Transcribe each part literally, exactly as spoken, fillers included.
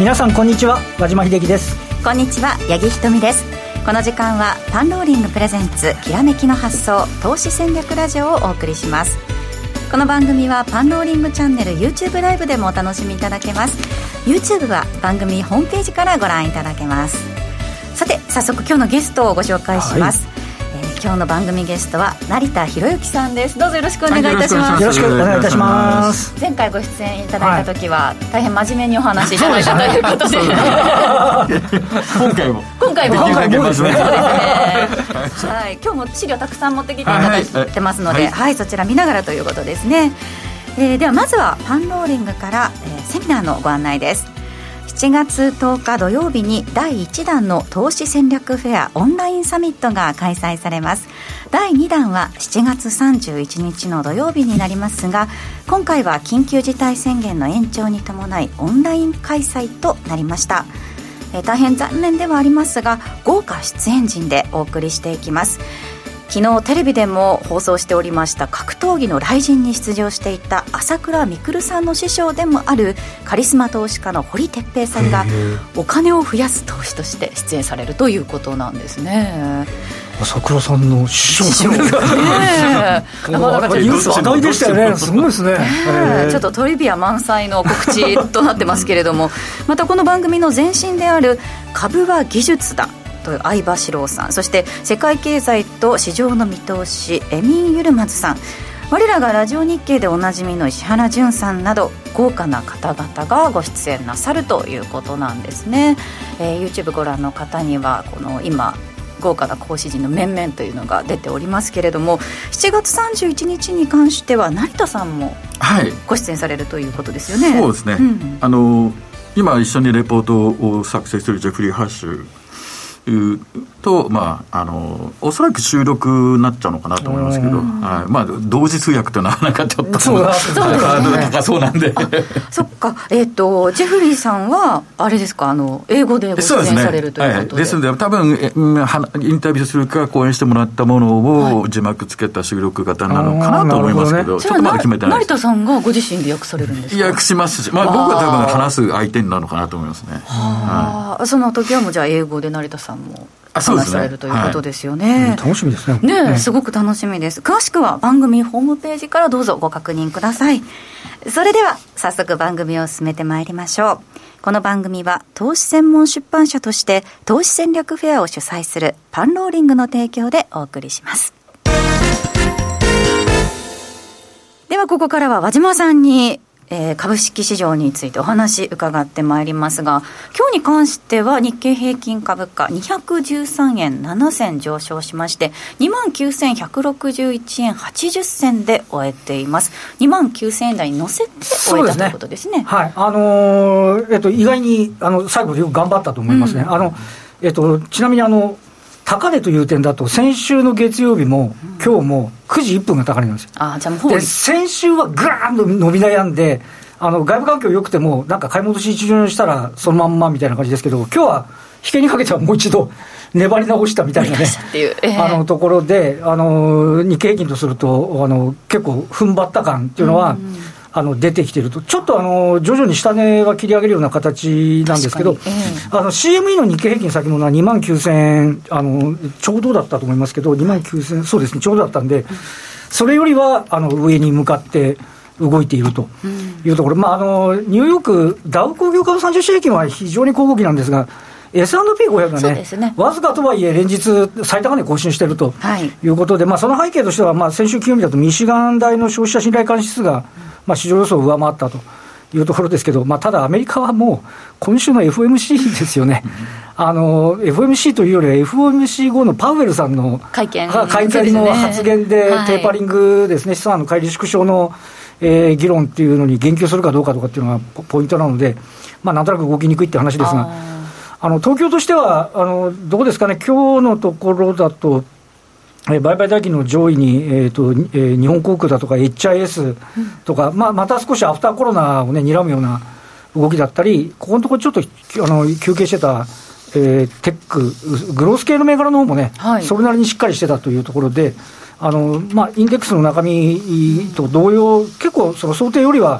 皆さんこんにちは、和島秀樹です。 こんにちは、八木ひとみです。この時間はパンローリングプレゼンツきらめきの発想投資戦略ラジオをお送りします。この番組はパンローリングチャンネル YouTube ライブでもお楽しみいただけます。 YouTube は番組ホームページからご覧いただけます。さて早速今日のゲストをご紹介します、はいえー、今日の番組ゲストは成田博之さんです。どうぞよろしくお願いいたします。 よろしくお願いいたします。 前回ご出演いただいた時は、はい、大変真面目にお話しいただいたということで今回も今回も今回もですね、はい、今日も資料たくさん持ってきていただいてますので、はいはいはい、そちら見ながらということですね。えー、ではまずはパンローリングから、えー、セミナーのご案内です。しちがつとおか土曜日にだいいちだんの投資戦略フェアオンラインサミットが開催されます。だいにだんはしちがつさんじゅういちにちの土曜日になりますが、今回は緊急事態宣言の延長に伴いオンライン開催となりました。えー、大変残念ではありますが豪華出演陣でお送りしていきます。昨日テレビでも放送しておりました格闘技のライジンに出場していた朝倉未来さんの師匠でもあるカリスマ投資家の堀哲平さんがお金を増やす投資として出演されるということなんですね。 朝倉さんの師匠ですね。ニュース話題でしたよね。すごいですね。 ちょっとトリビア満載の告知となってますけれどもまたこの番組の前身である株は技術だという相場志郎さん、そして世界経済と市場の見通しエミー・ユルマズさん、我らがラジオ日経でおなじみの石原淳さんなど豪華な方々がご出演なさるということなんですね。えー、YouTube ご覧の方にはこの今豪華な講師陣の面々というのが出ておりますけれども、しちがつさんじゅういちにちに関しては成田さんもご出演されるということですよね。 はい、そうですね、うん、あの今一緒にレポートを作成するジェフリー・ハッシュと、まあ、あのおそらく収録になっちゃうのかなと思いますけど、はい、まあ、同時通訳というのはなかなかちょっとそうハードル高そうなんでそっか、えーと、ジェフリーさんはあれですか、あの英語でご出演されるということで、 ですので多分インタビューするか講演してもらったものを字幕つけた収録型なのかなと思いますけど、ちょっとまだ決めてないです。 成田さんがご自身で訳されるんですか。 訳しますし、まあ、僕は多分話す相手になるのかなと思いますね。 は、はい、その時はもうじゃあ英語で成田さんも話されるということですよね。はい、うん、 楽しみですね。 ね、 ね、 すごく楽しみです。詳しくは番組ホームページからどうぞご確認ください。それでは早速番組を進めてまいりましょう。この番組は投資専門出版社として投資戦略フェアを主催するパンローリングの提供でお送りします。ではここからは和島さんにえー、株式市場についてお話伺ってまいりますが、今日に関しては日経平均株価にひゃくじゅうさんえんななせん上昇しまして にまんきゅうせんひゃくろくじゅういちえんはちじゅっせんで終えています。にまんきゅうせんえん台に乗せて終えたということですね。 はい、あのーえっと、意外にあの最後よく頑張ったと思いますね。うん、あのえっと、ちなみにあの高値という点だと先週の月曜日も、うん、今日もくじいっぷんが高値なんですよ。 あ、じゃあもうで先週はぐーんと伸び悩んで、あの外部環境良くてもなんか買い戻し一巡したらそのまんまみたいな感じですけど、今日は引けにかけてはもう一度粘り直したみたいなねえー、 あのところで、あの日経平均とするとあの結構踏ん張った感っていうのは、うん、あの出てきていると、ちょっとあの徐々に下値は切り上げるような形なんですけど、えー、あの シーエムイー の日経平均先物はにまんきゅうせんえんあのちょうどだったと思いますけど、にまんきゅうせん、そうですね、ちょうどだったんで、それよりはあの上に向かって動いているというところ、うん、まあ、あのニューヨークダウ工業株さんじゅう種平均は非常に小動きなんですが、 エスアンドピーごひゃく が ね, ねわずかとはいえ連日最高値更新しているということで、はい、まあ、その背景としては、まあ、先週金曜日だとミシガン大の消費者信頼感指数が、まあ、市場予想を上回ったというところですけど、まあ、ただアメリカはもう今週の エフオーエムシー ですよね。あの エフオーエムシー というよりは エフオーエムシー 後のパウエルさんの会見、 会見の発言でテーパリングですね、はい、資産の乖離縮小のえー、議論っていうのに言及するかどうかとかっていうのがポイントなので、まあ、なんとなく動きにくいって話ですが、あの東京としてはあのどうですかね、今日のところだと、えー、売買代金の上位に、えーとえー、日本航空だとか エイチアイエス とか、うん、まあ、また少しアフターコロナをね睨むような動きだったり、ここのところちょっとあの休憩してた、えー、テックグロース系の銘柄の方もね、はい、それなりにしっかりしてたというところで、あのまあ、インデックスの中身と同様、結構その想定よりは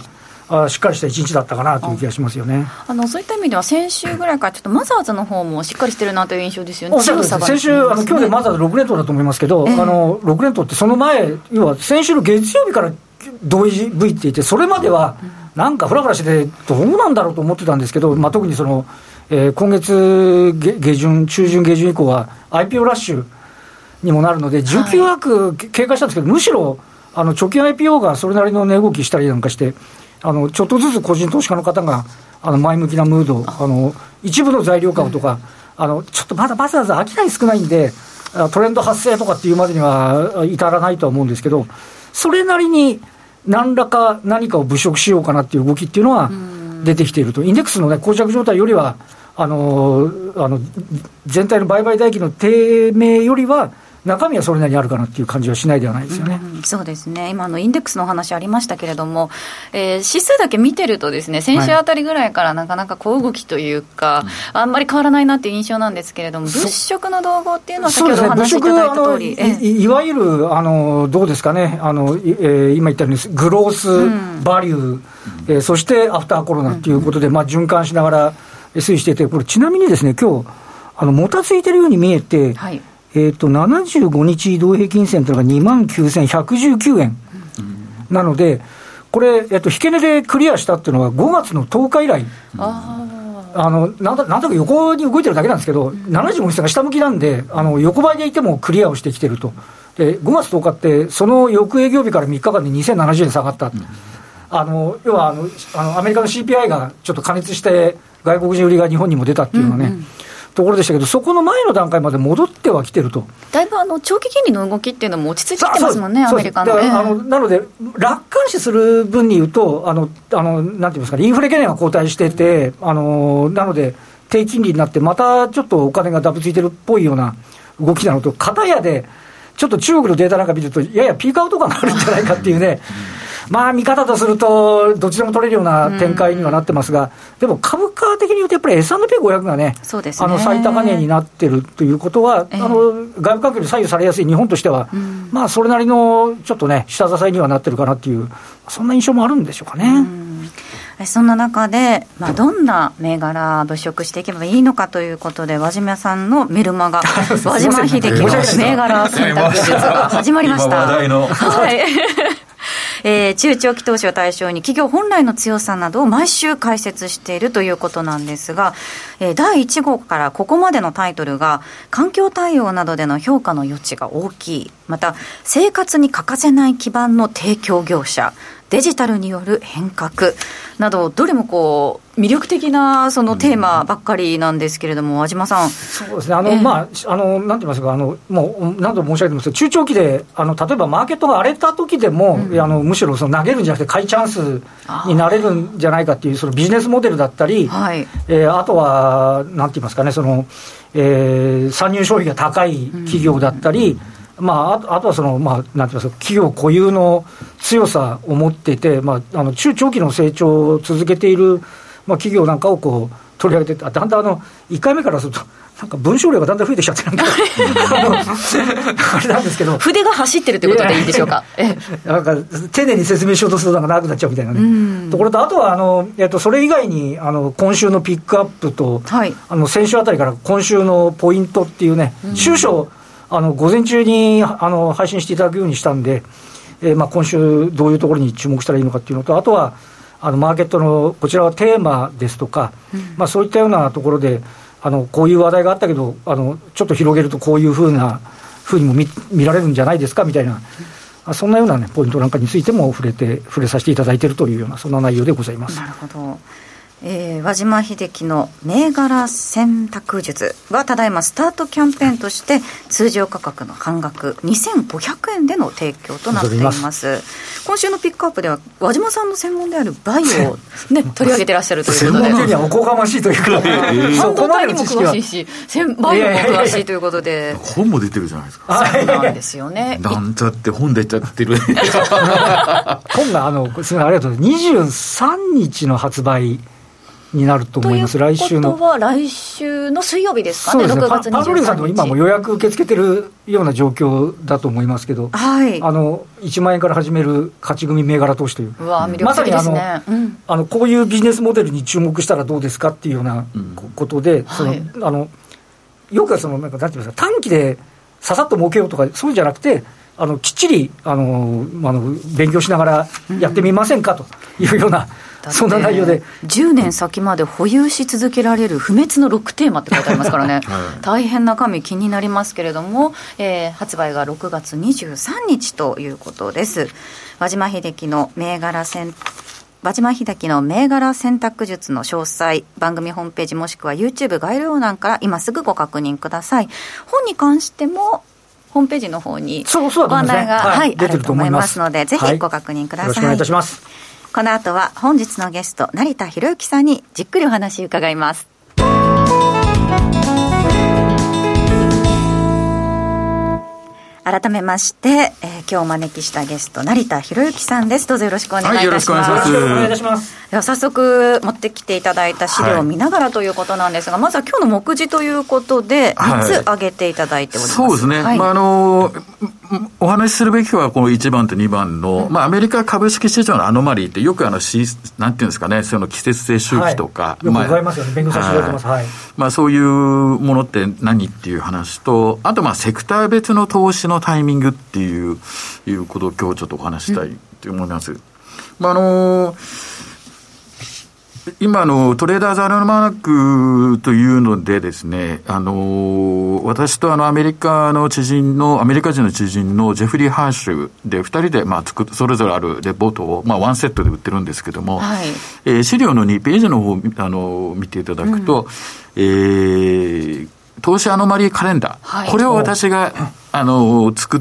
あしっかりした一日だったかなという気がしますよね。 あのそういった意味では先週ぐらいからちょっとマザーズの方もしっかりしてるなという印象ですよね。強さが、 先週あの今日でマザーズろく連投だと思いますけど、えー、あのろく連投ってその前要は先週の月曜日から同意吹いていて、それまではなんかフラフラしててどうなんだろうと思ってたんですけど、まあ、特にその、えー、今月下旬中旬下旬以降は アイピーオー ラッシュにもなるのでじゅうきゅうわく経過したんですけど、はい、むしろあの直近 アイピーオー がそれなりの値動きしたりなんかして、あのちょっとずつ個人投資家の方があの前向きなムード、あの一部の材料株とか、うん、あのちょっとまだまずまず商い少ないんでトレンド発生とかっていうまでには至らないとは思うんですけど、それなりに何らか何かを物色しようかなっていう動きっていうのは出てきていると。インデックスの、ね、膠着状態よりはあのあの全体の売買代金の低迷よりは中身はそれなりにあるかなっていう感じはしないではないですよね。 うん、そうですね。今のインデックスの話ありましたけれども、えー、指数だけ見てるとですね、先週あたりぐらいからなかなか小動きというか、はい、あんまり変わらないなっていう印象なんですけれども、物色の動向っていうのは先ほどお話しいただいた通り、 ね、い, いわゆるあのどうですかね、あの、えー、今言ったようにグロース、うん、バリュー、えー、そしてアフターコロナっていうことで、うん、まあ、循環しながら推移していて、これちなみにですね、今日あのもたついてるように見えて、はい、えー、とななじゅうごにち移動平均線というのが にまんきゅうせんひゃくじゅうきゅうえん、うん、なのでこれ、えっと、引け値でクリアしたっていうのはごがつのとおか以来、うん、ああのなんだなんだか横に動いてるだけなんですけど、うん、ななじゅうごにち線が下向きなんで、あの横ばいでいてもクリアをしてきてると。でごがつとおかってその翌営業日からみっかかんでにせんななじゅうえん下がった、うん、あの要はあのあのアメリカの シーピーアイ がちょっと過熱して外国人売りが日本にも出たっていうのはね、うんうん、ところでしたけど、そこの前の段階まで戻ってはきてると。 だいぶあの長期金利の動きっていうのも落ち着いてきてますもんね、アメリカの。 あのなので楽観視する分に言うと、あのあのなんていうんですかね、インフレ懸念が後退してて、あのなので低金利になってまたちょっとお金がダブついてるっぽいような動きなのと、片やでちょっと中国のデータなんか見るとややピークアウト感があるんじゃないかっていうねまあ見方とするとどっちでも取れるような展開にはなってますが、でも株価的に言うとやっぱり エスアンドピーごひゃく がね、 そうですね、 あの最高値になってるということは、えー、あの外部環境に左右されやすい日本としては、まあそれなりのちょっとね下支えにはなってるかなっていう、そんな印象もあるんでしょうかね。うんそんな中で、まあ、どんな銘柄物色していけばいいのかということで、和島さんのメルマガ和島秀樹の銘柄選択術が始まりました。 話題の、 はいえー、中長期投資を対象に企業本来の強さなどを毎週解説しているということなんですが、えー、だいいち号からここまでのタイトルが環境対応などでの評価の余地が大きい、また生活に欠かせない基盤の提供業者、デジタルによる変革など、どれもこう魅力的なそのテーマばっかりなんですけれども、和島さん。 そうですね、あの、えーまあ、あのなんて言いますか、あのもう何度も申し上げてますけど、中長期であの例えばマーケットが荒れた時でも、うん、あのむしろその投げるんじゃなくて買いチャンスになれるんじゃないかっていう、そのビジネスモデルだったり、はいえー、あとはなんて言いますかね、その、えー、参入消費が高い企業だったり、うんまあ、あとはその、まあ、なんて言いますか、企業固有の強さを持っていて、まあ、あの中長期の成長を続けている、まあ、企業なんかをこう取り上げて、だんだんあのいっかいめからするとなんか文章量がだんだん増えてきちゃってなんかあのあれなんですけど、 筆が走ってるということでいいでしょうか。 なんか丁寧に説明しようとするとなんか長くなっちゃうみたいなねところと、あとはあの、えっと、それ以外にあの今週のピックアップと、はい、あの先週あたりから今週のポイントっていうね、週初あの午前中にあの配信していただくようにしたんで、えーまあ、今週どういうところに注目したらいいのかっていうのと、あとはあのマーケットのこちらはテーマですとか、うんまあ、そういったようなところであのこういう話題があったけど、あのちょっと広げるとこういうふうなふうにも 見, 見られるんじゃないですかみたいな、うん、そんなような、ね、ポイントなんかについても触れて触れさせていただいているというような、そんな内容でございます。 なるほど。えー、和島秀樹の銘柄選択術はただいまスタートキャンペーンとして通常価格の半額にせんごひゃくえんでの提供となっています。今週のピックアップでは和島さんの専門であるバイオを、ね、取り上げてらっしゃるということで、 専門的にはおこがましいというか、 半導体にも詳しいしバイオも詳しいということで、 本も出てるじゃないですか。 そうなんですよね。 なんちゃって本出ちゃってる本があのすみません、ありがとうございます。にじゅうさんにちの発売になると思います。来週の。 ということは来週の水曜日ですかね。 そうですね。 ろくがつにじゅうさんにち。 パンローリングさんとも今も予約受け付けてるような状況だと思いますけど、 はい、 あのいちまんえんから始める勝ち組銘柄投資という、 うわ魅力的ですね、 まさにあの、 うん、 あのこういうビジネスモデルに注目したらどうですかっていうようなことで、うん、その、はい、あのよくそのなんかなんていうんですか、短期でささっと儲けようとかそうじゃなくて、あのきっちりあのあの勉強しながらやってみませんかというような、うん、そんな内容でじゅうねん先まで保有し続けられる不滅のろくテーマって書いてありますからね、はい、大変中身気になりますけれども、えー、発売がろくがつにじゅうさんにちということです。和島秀樹の銘柄選和島秀樹の銘柄選択術の詳細、番組ホームページもしくは YouTube 概要欄から今すぐご確認ください。本に関してもホームページの方にご案内が、はいはい、あると思いますので、ぜひご確認ください、はい、よろしくお願いいたします。この後は本日のゲスト成田博之さんにじっくりお話伺います。改めまして、えー、今日お招きしたゲスト成田博之さんです。どうぞよろしくお願いいたします。 はい、よろしくお願いいたします。 では早速持ってきていただいた資料を見ながらということなんですが、はい、まずは今日の目次ということでみっつ挙げていただいております。 はい、そうですね、はい、まあ、あのお話しするべきはこのいちばんとにばんの、うん、まあ、アメリカ株式市場のアノマリーってよくあのしなんていうんですかね、その季節性周期とか、はい、よくございますよね、勉強させていただいてます、はい、まあ、そういうものって何っていう話と、あとまあセクター別の投資のタイミングっていういうことを今日ちょっとお話したいと思います、うん、まあ、あの今のトレーダーズアルマナックというのでですね、あの私とあのアメリカの知人のアメリカ人の知人のジェフリー・ハーシュでふたりでまあ作それぞれあるレポートをまあワンセットで売ってるんですけども、はい、えー、資料のにページの方をあの見ていただくと、うん、えー、投資アノマリーカレンダー、はい、これを私があの作って、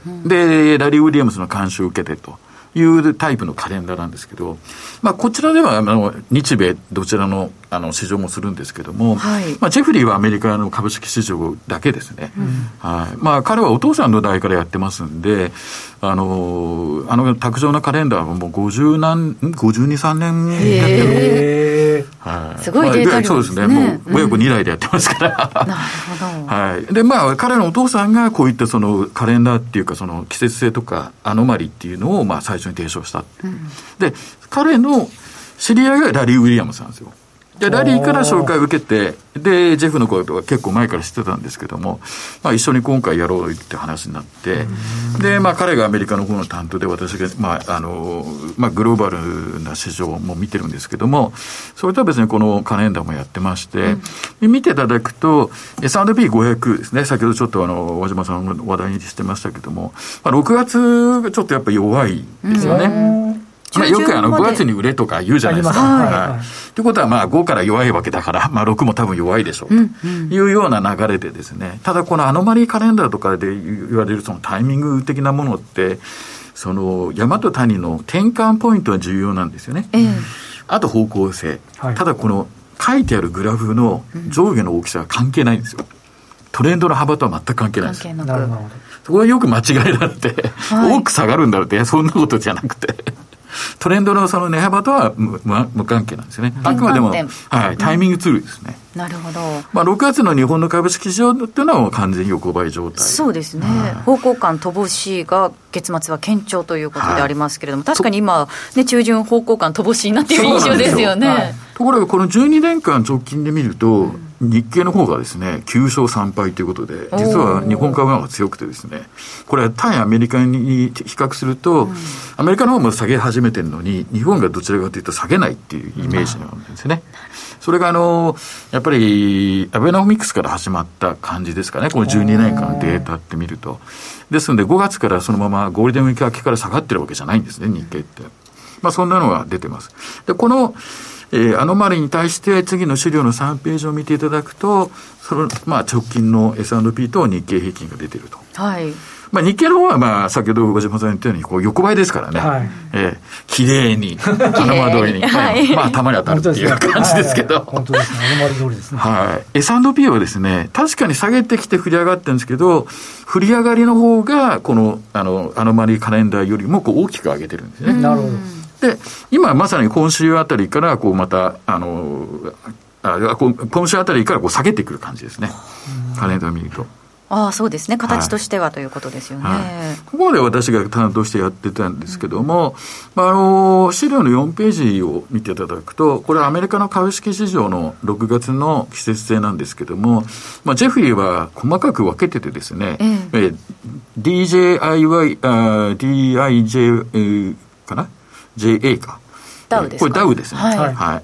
うん、でラリー・ウィリアムスの監修を受けてというタイプのカレンダーなんですけど、まあ、こちらではあの日米どちらのあの市場もするんですけども、はい、まあ、ジェフリーはアメリカの株式市場だけですね、うん、はい、まあ、彼はお父さんの代からやってますんで、あのあの卓上のカレンダーはもうごじゅう何ごじゅうに、さんねんやってるんで、はい、 すごいデータ量ですね、まあ、そうですね、もう親子にだいでやってますから、うん、なるほど、はい、でまあ彼のお父さんがこういったそのカレンダーっていうかその季節性とかアノマリっていうのをまあ最初に提唱した、うん、で彼の知り合いがラリー・ウィリアムスなんですよ。でラリーから紹介を受けて、でジェフのことは結構前から知ってたんですけども、まあ、一緒に今回やろうって話になって、で、まあ、彼がアメリカの方の担当で私が、まああのまあ、グローバルな市場も見てるんですけども、それとは別にこのカレンダーもやってまして、うん、で見ていただくと エスアンドピーごひゃく ですね、先ほどちょっとあの和島さんの話題にしてましたけども、まあ、ろくがつがちょっとやっぱり弱いですよね、うん、まあ、よくあのごがつに売れとか言うじゃないですか。はいはい、ということはまあごから弱いわけだから、まあ、ろくも多分弱いでしょうというような流れでですね、ただこのアノマリーカレンダーとかで言われるそのタイミング的なものってその山と谷の転換ポイントは重要なんですよね、えー、あと方向性、はい、ただこの書いてあるグラフの上下の大きさは関係ないんですよ。トレンドの幅とは全く関係ないです。関係なく、そこはよく間違えられて、はい、多く下がるんだろうって、そんなことじゃなくてトレンドのその値幅とは 無, 無関係なんですよね。あくまでも、はい、タイミングツールですね、うん、なるほど。まあ、ろくがつの日本の株式市場というのは完全に横ばい状態。 そうですね、はい、方向感乏しいが月末は堅調ということでありますけれども、はい、確かに今、ね、中旬方向感乏しいなっていう印象ですよね。はい、 ところがこのじゅうにねんかん直近で見ると、うん、日経の方がですねきゅうしょうさんぱいということで、実は日本株が強くてですね、これは対アメリカに比較すると、うん、アメリカの方も下げ始めてるのに日本がどちらかというと下げないっていうイメージなんですね。それがあのやっぱりアベノミクスから始まった感じですかね、このじゅうにねんかんのデータって見ると。ですのでごがつからそのままゴールデンウィーク明けから下がってるわけじゃないんですね、日経って。まあ、そんなのが出てます。でこのえー、アノマリに対して次の資料のさんページを見ていただくと、その、まあ、直近の エスアンドピー と日経平均が出ていると。はい。まあ、日経の方は、まあ、先ほど小島さん言ったようにこう横ばいですからね、はい、えー、きれいにアノマ通りに、はい、まあ、たまに当たるっていう感じですけど、 本当ですね、アノマリ通りですね。 はい。エスアンドピー はですね、確かに下げてきて振り上がってるんですけど、振り上がりの方がこのあのアノマリカレンダーよりもこう大きく上げてるんですね。 なるほど。 で今まさに今週あたりからこうまたあのあ今週あたりからこう下げてくる感じですね、カレンダーを見ると。 ああそうですね、形としては、はい、ということですよね、はい、 ここまで私が担当してやってたんですけども、うん、あの資料のよんページを見ていただくと、これはアメリカの株式市場のろくがつの季節性なんですけども、まあ、ジェフリーは細かく分けててですね、うん、え ディージェーアイワイ あ ディーアイジェー かな ジェーエー かダウですか、 これダウですね、はい、はい、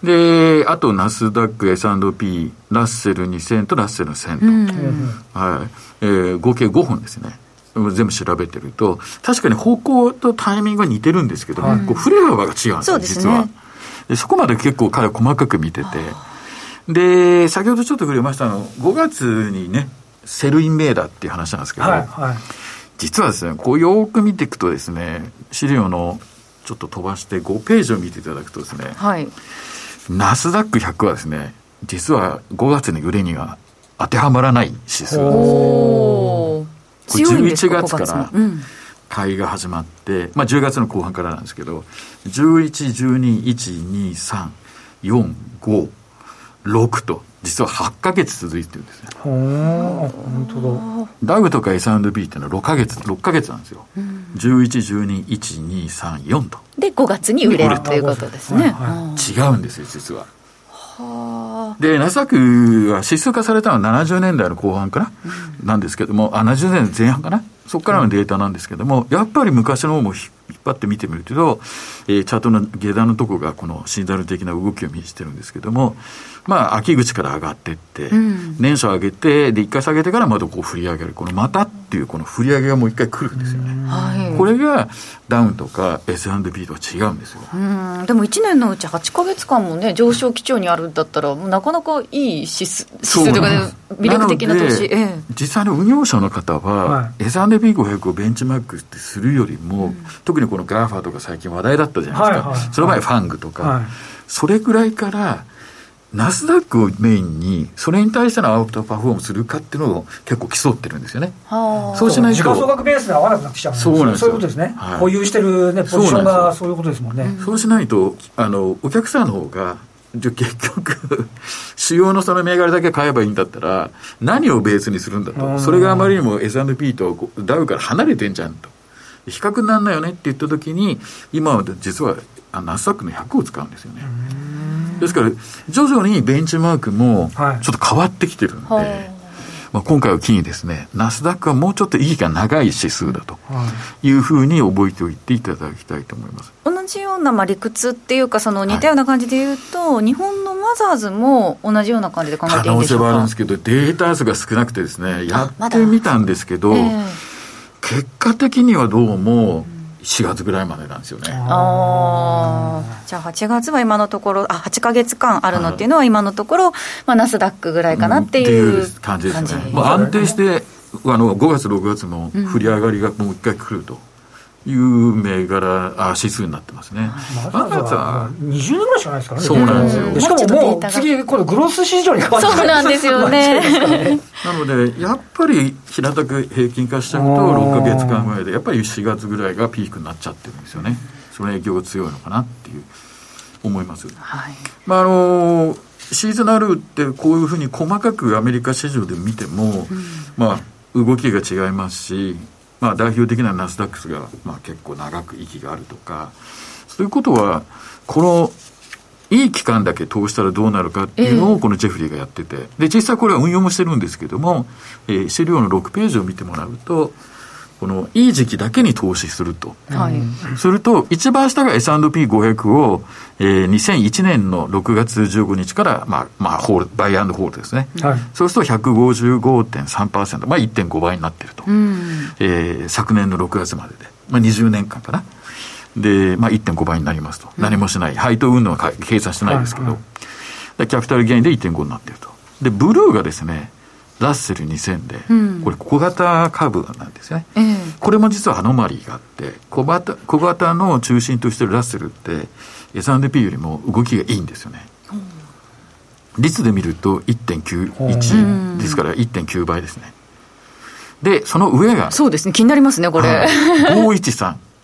であとナスダック エスアンドピー ラッセルにせんとラッセルせんと、うんはいえー、合計ごほんですね。全部調べてると確かに方向とタイミングが似てるんですけど、はい、こう振れ幅が違うんですよ、そうですね、実は。でそこまで結構彼は細かく見てて、で先ほどちょっと触れましたのごがつにねセルインメイダーっていう話なんですけど、はいはい、実はですねこうよく見ていくとですね、資料のちょっと飛ばしてごページを見ていただくとですね、はい、ナスダックひゃくはですね実はごがつに売れには当てはまらない指数なんですね。おこれじゅういちがつから買いが始まって、まあ、じゅうがつの後半からなんですけどじゅういち、じゅうに、いち、に、さん、よん、ご、ろくと実ははちかげつ続いてるんですね。本当だ。ダウとか エスアンドピー っていうのはろっかげつろっかげつなんですよ、うん、じゅういち、じゅうに、いち、に、さん、よんとでごがつに売れるということですね、はいはい、違うんですよ実は。でナスダックは指数化されたのはななじゅうねんだいの後半かな、うん、なんですけども、あななじゅうねんだいぜん半かな、そこからのデータなんですけども、やっぱり昔の方も引っ張って見てみると、えー、チャートの下段のところがこのシンダル的な動きを見せてるんですけども、まあ秋口から上がっていって、うん、年初上げてで一回下げてからまたこう振り上げる、このまたっていうこの振り上げがもう一回来るんですよね、はい、これがダウンとか エスアンドピー とは違うんですよ。 うんでもいちねんのうちはちかげつかんもね上昇基調にあるんだったらなかなかいい指数指数とか、ね、魅力的な投資、ええ、 実際の運用者の方は、はい、エスアンドピーごひゃく をベンチマークってするよりも、うん、特にこのガーファーとか最近話題だったじゃないですか、はいはい、その前ファングとか、はい、それぐらいからナスダックをメインにそれに対してのアウトパフォームするかっていうのを結構競ってるんですよね。 そうしないと時価総額ベースで合わなくなってきちゃうんです。そうなんですよ。そういうことですね、はい、保有してる、ね、ポジションがそういうことですもんね。 そうしないとあのお客さんの方が結局主要のその銘柄だけ買えばいいんだったら何をベースにするんだと、それがあまりにも エスアンドピー とダウから離れてんじゃんと、比較にならないよねって言った時に今は実はナスダックのひゃくを使うんですよね。ですから徐々にベンチマークもちょっと変わってきてるんで、はい、まあ、今回を機にですねナスダックはもうちょっと息が長い指数だというふうに覚えておいていただきたいと思います。 同じようなまあ理屈っていうかその似たような感じで言うと、はい、日本のマザーズも同じような感じで考えていいんでしょうか。 可能性はあるんですけどデータ数が少なくてですねやってみたんですけど、えー、結果的にはどうもしがつぐらいまでなんですよね。 あじゃあはちがつは今のところあはちかげつかんあるのっていうのは今のところ、まあ、ナスダックぐらいかなっていう、うん、っていう感じですね。まあ、安定してあのごがつろくがつの振り上がりがもう一回来るという銘柄あ指数になってますね。 マザーズはにじゅうねんぐらいしかないですからね。 そうなんですよ。 しかももう次これグロス市場に変わってそうなんですよねなのでやっぱり平たく平均化しちゃうとろっかげつかんぐらいでやっぱりしがつぐらいがピークになっちゃってるんですよね。その影響が強いのかなっていう思います、はい。まああのシーズナルってこういうふうに細かくアメリカ市場で見ても、うん、まあ動きが違いますし、まあ、代表的なナスダックスがまあ結構長く息があるとか、そういうことはこのいい期間だけ通したらどうなるかっていうのをこのジェフリーがやってて、で実際これは運用もしてるんですけども、えー、資料のろくページを見てもらうとこのいい時期だけに投資すると、はい、すると一番下が エスアンドピーごひゃく を、えー、にせんいちねんのろくがつじゅうごにちから、まあまあ、ホールバイアンドホールですね、はい、そうすると ひゃくごじゅうごてんさんパーセント、まあ、いってんごばいになっていると、うんえー、昨年のろくがつまでで、まあ、にじゅうねんかんかなで、まあ、いってんごばいになりますと、うん、何もしない配当運動は計算してないですけど、はいはい、キャピタルゲインで いってんご になっていると。でブルーがですねラッセルにせんで、うん、これ小型株なんですね、えー、これも実はアノマリーがあって小型、小型の中心としているラッセルって エスアンドピー よりも動きがいいんですよね、うん、率で見ると いってんきゅういち ですから いってんきゅうばいですね。でその上がそうですね気になりますねこれ、 はい、ごひゃくじゅうさん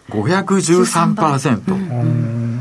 ごひゃくじゅうさんパーセント、うん、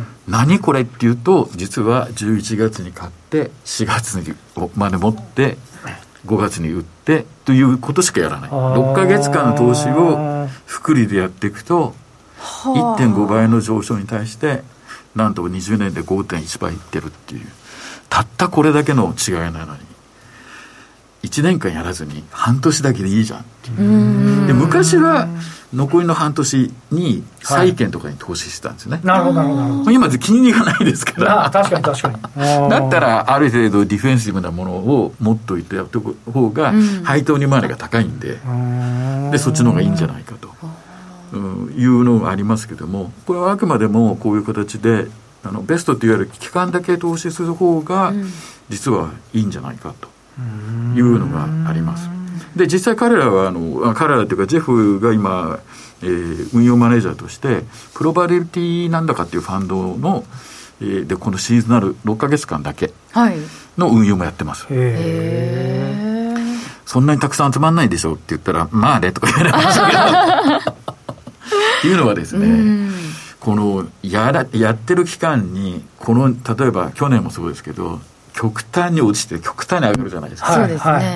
何これっていうと実はじゅういちがつに買ってしがつにまで持ってごがつに売ってということしかやらない。ろっかげつかんの投資を複利でやっていくと いってんご 倍の上昇に対してなんとにじゅうねんで ごてんいち 倍いってるっていう、たったこれだけの違いなのにいちねんかんやらずに半年だけでいいじゃんっていう。うで昔は残りの半年に債券とかに投資してたんですよね、 はい、なるほどなるほど。 今気に入らないですから確かに確かにだったらある程度ディフェンシブなものを持っといてやっておく方が配当利回りが高いんで、でそっちの方がいいんじゃないかと、うん、いうのがありますけども、これはあくまでもこういう形であのベストといわれる期間だけ投資する方が実はいいんじゃないかというのがあります。で実際彼らはあの彼らというかジェフが今、えー、運用マネージャーとしてプロバビリティなんだかっていうファンドの、えー、でこのシーズナルろっかげつかんだけの運用もやってます、はい、へー、そんなにたくさん集まんないでしょって言ったらまあねとか言われましたけどっていうのはですね、この や, らやってる期間にこの例えば去年もそうですけど極端に落ちて極端に上がるじゃないですか、 そうですね、はい、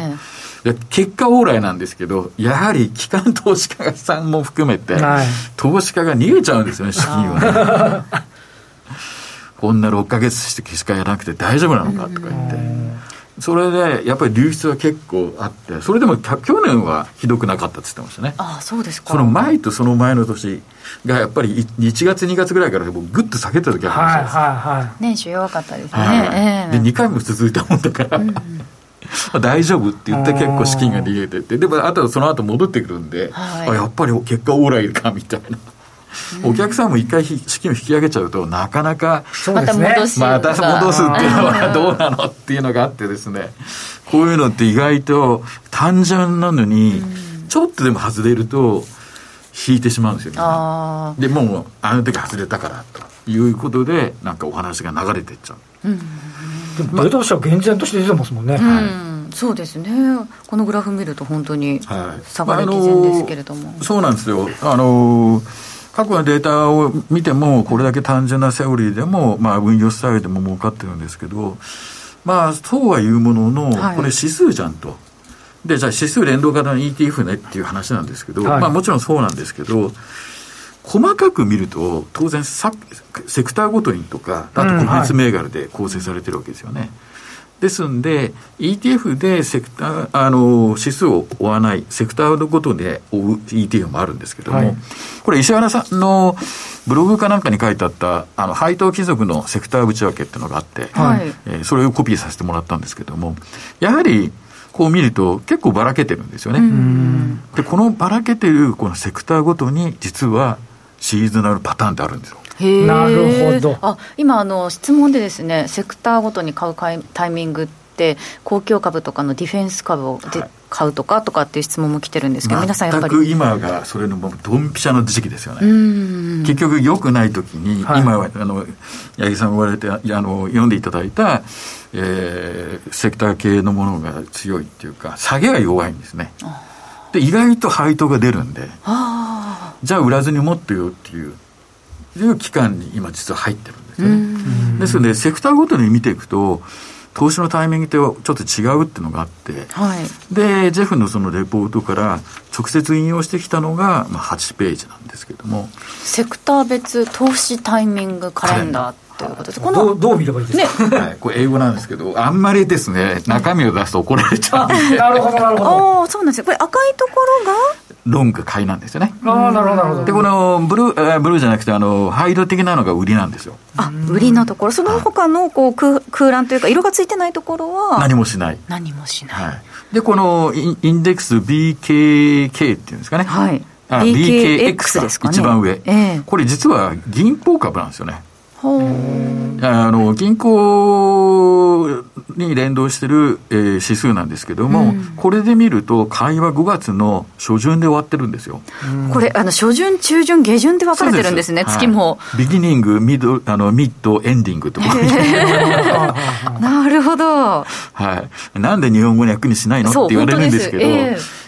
結果オーライなんですけど、やはり機関投資家さんも含めて、はい、投資家が逃げちゃうんですよね、資金をねこんなろっかげつしかやらなくて大丈夫なのかとか言って、それでやっぱり流出は結構あって、それでも去年はひどくなかったって言ってましたね。 ああ、そうですか。 その前とその前の年がやっぱりいちがつにがつぐらいからグッと下げた時あるんですよ、はいはいはい、 年初弱かったですね、 はい、えー、でにかいも続いたもんだから、うん大丈夫って言って結構資金が逃げてて、でもあとその後戻ってくるんで、はい、あやっぱり結果オーライかみたいな、うん、お客さんも一回資金を引き上げちゃうとなかなかまた戻すまた戻すっていうのはどうなのっていうのがあってですね、こういうのって意外と単純なのに、うん、ちょっとでも外れると引いてしまうんですよね。あでもうあの時外れたからということでなんかお話が流れていっちゃう、うん、 でもデータとしては厳然として出てますもんね、 うんはい、そうですね。このグラフ見ると本当に下がる基準ですけれども、はい、 そうなんですよ。あの過去のデータを見てもこれだけ単純なセオリーでも、まあ、運用スタイルでも儲かってるんですけど、まあそうはいうものの、はい、これ指数じゃんと。でじゃあ指数連動型の イーティーエフ ねっていう話なんですけど、はいまあ、もちろんそうなんですけど、細かく見ると当然セクターごとにとかあと個別銘柄で構成されてるわけですよね、うんはい、ですんで イーティーエフ でセクターあの指数を追わないセクターごとで追う イーティーエフ もあるんですけども、はい、これ石原さんのブログかなんかに書いてあったあの配当貴族のセクター内訳っていうのがあって、はいえー、それをコピーさせてもらったんですけども、やはりこう見ると結構ばらけてるんですよね。うんでこのばらけてるこのセクターごとに実はシーズナルパターンってあるんですよ。 へなるほど。あ今あの質問でですね、セクターごとに買うタイミングって公共株とかのディフェンス株をで、はい、買うとかとかっていう質問も来てるんですけど、皆さんやっぱり全く今がそれのドンピシャの時期ですよね。うん結局良くない時に、はい、今はあの八木さんが言われてあの読んでいただいた、えー、セクター系のものが強いっていうか下げが弱いんですね。で意外と配当が出るんで、あじゃあ売らずに持ってよっていういう期間に今実は入ってるんですよね。ですのでセクターごとに見ていくと投資のタイミングってちょっと違うっていうのがあって、はい、でジェフのそのレポートから直接引用してきたのが、まあ、はちページなんですけども、 セクター別投資タイミングカレンダーということです。このどう、どう見ればいいですか、 ねはい、これ英語なんですけどあんまりですね中身を出すと怒られちゃうんでなるほどなるほど。 あそうなんですよ。これ赤いところがロング買いなんですよね。 あなるほどなるほど。 でこのブルー、ブルーじゃなくてあの灰色的なのが売りなんですよ。 あ売りのところ、その他のこう空空欄というか色がついてないところは何もしない。 何もしない、はい、 でこのイン、インデックス ビーケーケー っていうんですかね、 はい、 ビーケーエックス ですかね、一番上、えー、これ実は銀行株なんですよね。あの銀行に連動している、えー、指数なんですけども、うん、これで見ると買いはごがつの初旬で終わってるんですよ。 これあの初旬中旬下旬で分かれてるんですね。月も、 はい、ビギニングミドあのミッドエンディングとかなるほど、 はい、なんで日本語に訳にしないのって言われるんですけど、えー、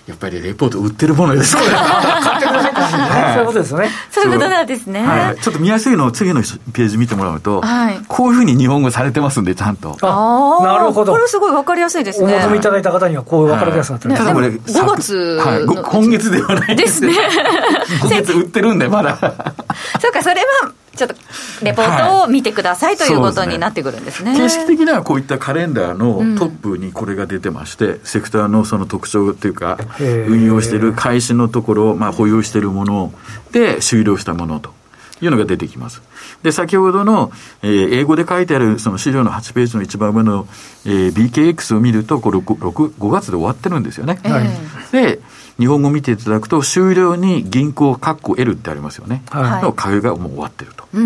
やっぱりレポート売ってるものですそう買ってくださいって話ね、はい、そういうことですね。 そういうことなんですね、 はい、ちょっと見やすいのを次のページ見てもらうと、はい、こういうふうに日本語されてますんでちゃんと。 ああ、 なるほど。 これすごい分かりやすいですね。 お求めいただいた方にはこう分かりやすくなってる、 はい、ただこれごがつの、 はい、今月ではないですですね今月売ってるんでまだそうか、それはちょっとレポートを見てください、はい、ということになってくるんですね。 形式的にはこういったカレンダーのトップにこれが出てまして、うん、セクターのその特徴というか運用している開始のところ、まあ、保有しているもので終了したものというのが出てきます。で先ほどの、えー、英語で書いてあるその資料のはちページの一番上の、えー、ビーケーエックス を見るとこれごがつで終わってるんですよね、はい、で日本語を見ていただくと終了に銀行括弧 L ってありますよね、はい、の会がもう終わってると、うん、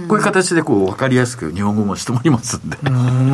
こういう形でこう分かりやすく日本語もしてもりますんで、うん、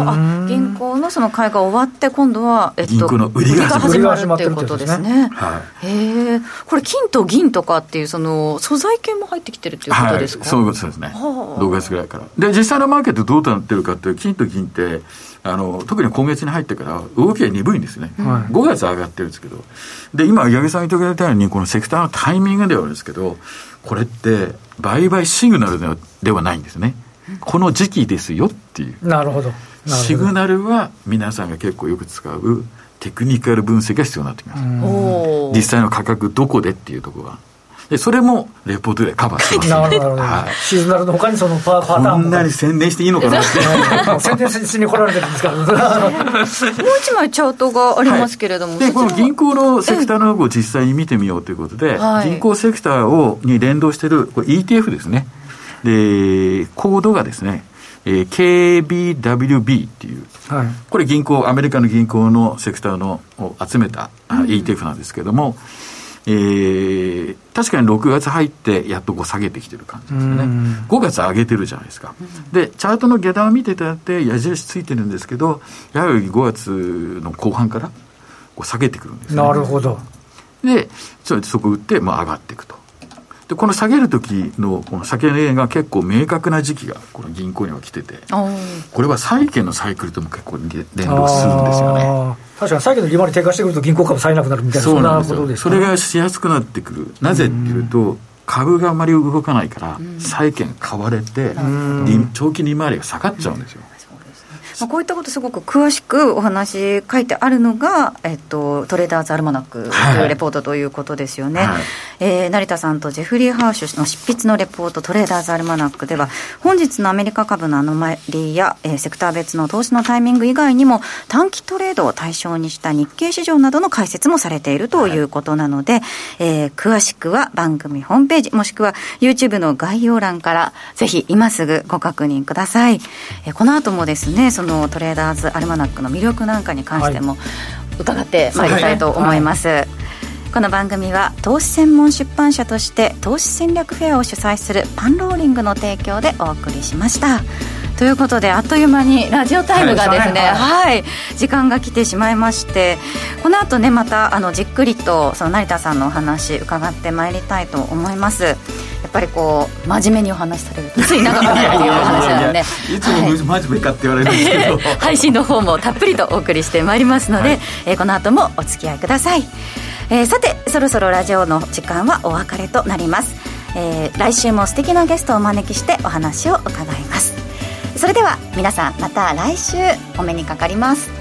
あ銀行のその会が終わって今度は、えっと、 銀行の売りが始まるっていうことですね、はい、へえ、これ金と銀とかっていうその素材系も入ってきてるっていうことですか。 はい、そういうことですね。ろくがつぐらいからで実際のマーケットどうなってるかっていう金と銀ってあの特に今月に入ってから動きが鈍いんですね、はい、ごがつ上がってるんですけど、で今八木さん言ってくれたようにこのセクターのタイミングではあるんですけど、これって売買シグナルではないんですね、うん、この時期ですよっていう。 なるほど。 シグナルは皆さんが結構よく使うテクニカル分析が必要になってきます。実際の価格どこでっていうところがでそれもレポートでカバーしてます。 なるほど、はい、シーズナルの他にそのパ, パターンもこんなに宣伝していいのかなって宣伝しに来られてるんですからもう一枚チャートがありますけれども、はい、 でこの銀行のセクターの動きを実際に見てみようということで、はい、銀行セクターをに連動しているこれ イーティーエフ ですね。でコードがですね、えー、ケービーダブリュービー っていう、はい、これ銀行アメリカの銀行のセクターのを集めた、うん、イーティーエフ なんですけども、えー、確かにろくがつ入ってやっとこう下げてきてる感じですよね。ごがつ上げてるじゃないですか。でチャートの下段を見ていただいて矢印ついてるんですけど、やはりごがつの後半からこう下げてくるんですね。 なるほど。 でそこ打ってまあ上がっていくと。でこの下げる時のこの下げが結構明確な時期がこの銀行には来てて、これは債券のサイクルとも結構連動するんですよね。 確かに債券の利回り低下してくると銀行株さえなくなるみたいな、そんなことですか。それがしやすくなってくる。なぜっていうと株があまり動かないから債券買われて長期利回りが下がっちゃうんですよ。 まあ、こういったことすごく詳しくお話書いてあるのが、えっと、トレーダーズアルマナックというレポートということですよね、はい、えー、成田さんとジェフリー・ハーシュの執筆のレポートトレーダーズアルマナックでは本日のアメリカ株のアノマリーや、えー、セクター別の投資のタイミング以外にも短期トレードを対象にした日経市場などの解説もされているということなので、はい、えー、詳しくは番組ホームページもしくは YouTube の概要欄からぜひ今すぐご確認ください。えー、この後もですねそのトレーダーズアルマナックの魅力なんかに関しても伺ってまいりたいと思います、はいはい。この番組は投資専門出版社として投資戦略フェアを主催するパンローリングの提供でお送りしました。ということであっという間にラジオタイムがですね、はい、はい、時間が来てしまいまして、この後ねまたあのじっくりとその成田さんのお話伺ってまいりたいと思います。やっぱりこう真面目にお話しされるとつい長くなるっていうお話なので、 いつも真面目かって言われるんですけど、はい、 配信の方もたっぷりとお送りしてまいりますので、はい、えー、この後もお付き合いください。えー、さてそろそろラジオの時間はお別れとなります。えー、来週も素敵なゲストをお招きしてお話を伺います。それでは皆さんまた来週お目にかかります。